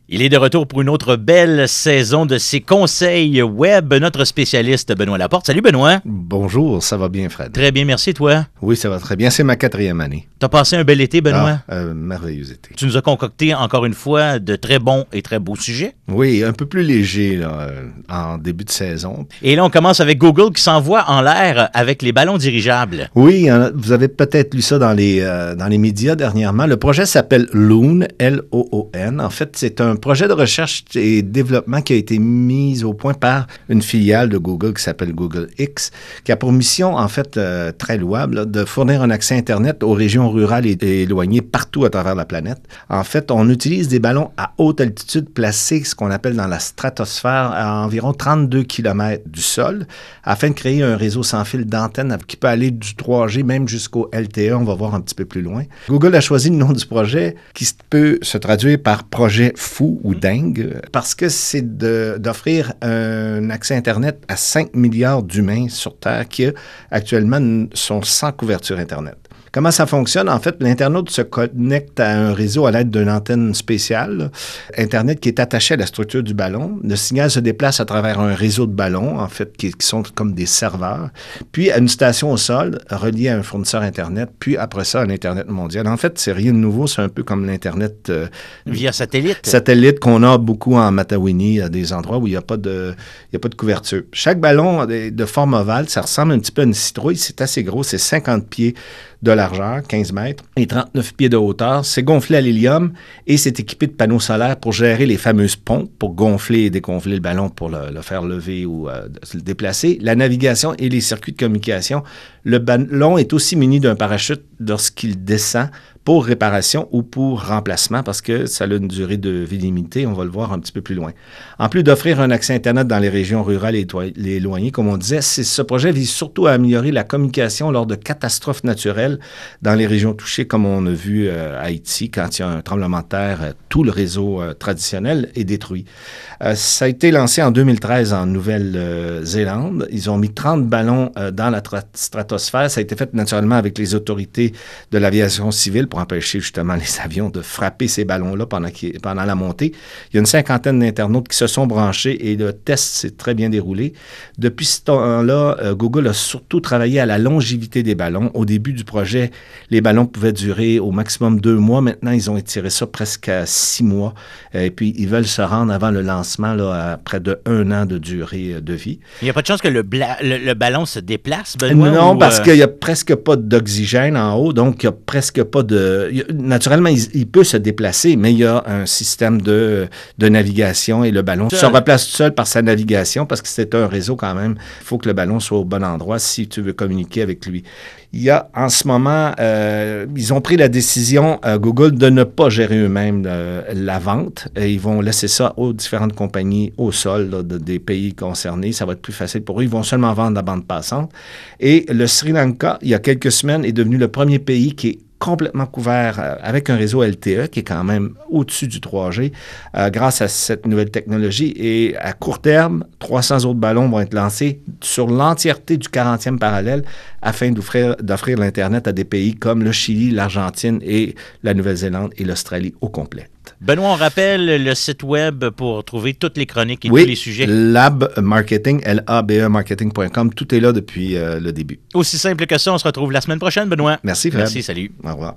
Il est de retour pour une autre belle saison de ses conseils web. Notre spécialiste Benoît Laporte. Salut Benoît. Bonjour, ça va bien Fred? Très bien, merci. Toi? Oui, ça va très bien. C'est ma 4e année. T'as passé un bel été, Benoît? Merveilleux été. Tu nous as concocté encore une fois de très bons et très beaux sujets. Oui, un peu plus léger là, en début de saison. Et là, on commence avec Google qui s'envoie en l'air avec les ballons dirigeables. Oui, vous avez peut-être lu ça dans les médias dernièrement. Le projet s'appelle Loon, L-O-O-N. En fait, c'est un projet de recherche et développement qui a été mis au point par une filiale de Google qui s'appelle Google X, qui a pour mission, en fait, très louable, là, de fournir un accès Internet aux régions rurales et éloignées partout à travers la planète. En fait, on utilise des ballons à haute altitude placés, ce qu'on appelle dans la stratosphère, à environ 32 km du sol, afin de créer un réseau sans fil d'antennes qui peut aller du 3G même jusqu'au LTE. On va voir un petit peu plus loin. Google a choisi le nom du projet qui peut se traduire par projet fou ou dingue, parce que c'est d'offrir un accès Internet à 5 milliards d'humains sur Terre qui, actuellement, sont sans couverture Internet. Comment ça fonctionne? En fait, l'internaute se connecte à un réseau à l'aide d'une antenne spéciale, Internet qui est attachée à la structure du ballon. Le signal se déplace à travers un réseau de ballons, en fait, qui sont comme des serveurs, puis à une station au sol reliée à un fournisseur Internet, puis après ça, à l'Internet mondial. En fait, c'est rien de nouveau, c'est un peu comme l'Internet... via satellite. Satellite qu'on a beaucoup en Matawini, à des endroits où il n'y a pas de couverture. Chaque ballon de forme ovale, ça ressemble un petit peu à une citrouille, c'est assez gros, c'est 50 pieds de largeur, 15 mètres, et 39 pieds de hauteur. C'est gonflé à l'hélium et c'est équipé de panneaux solaires pour gérer les fameuses pompes, pour gonfler et dégonfler le ballon, pour le faire lever ou se le déplacer. La navigation et les circuits de communication. Le ballon est aussi muni d'un parachute lorsqu'il descend pour réparation ou pour remplacement, parce que ça a une durée de vie limitée. On va le voir un petit peu plus loin. En plus d'offrir un accès Internet dans les régions rurales et éloignées, comme on disait, ce projet vise surtout à améliorer la communication lors de catastrophes naturelles dans les régions touchées, comme on a vu à Haïti, quand il y a un tremblement de terre, tout le réseau traditionnel est détruit. Ça a été lancé en 2013 en Nouvelle-Zélande. Ils ont mis 30 ballons dans la stratosphère. Ça a été fait naturellement avec les autorités de l'aviation civile pour empêcher justement les avions de frapper ces ballons-là pendant la montée. Il y a une 50aine d'internautes qui se sont branchés et le test s'est très bien déroulé. Depuis ce temps-là, Google a surtout travaillé à la longévité des ballons. Au début du projet, les ballons pouvaient durer au maximum 2 mois. Maintenant, ils ont étiré ça presque à 6 mois. Et puis, ils veulent se rendre avant le lancement là, à près de 1 an de durée de vie. Il n'y a pas de chance que le ballon se déplace, Benoît? Non, parce qu'il n'y a presque pas d'oxygène en haut, donc il n'y a presque pas de... Naturellement, il peut se déplacer, mais il y a un système de navigation et le ballon se replace tout seul par sa navigation parce que c'est un réseau quand même. Il faut que le ballon soit au bon endroit si tu veux communiquer avec lui. Il y a en ce moment, ils ont pris la décision, Google, de ne pas gérer eux-mêmes la vente. Et ils vont laisser ça aux différentes compagnies au sol là, des pays concernés. Ça va être plus facile pour eux. Ils vont seulement vendre la bande passante. Et le Sri Lanka, il y a quelques semaines, est devenu le premier pays qui est complètement couvert avec un réseau LTE qui est quand même au-dessus du 3G grâce à cette nouvelle technologie. Et à court terme, 300 autres ballons vont être lancés sur l'entièreté du 40e parallèle afin d'offrir l'Internet à des pays comme le Chili, l'Argentine et la Nouvelle-Zélande et l'Australie au complet. Benoît, on rappelle le site web pour trouver toutes les chroniques et tous les sujets. Lab Marketing, L-A-B-E marketing.com. Tout est là depuis le début. Aussi simple que ça, on se retrouve la semaine prochaine, Benoît. Merci, Fred. Merci, salut. Au revoir.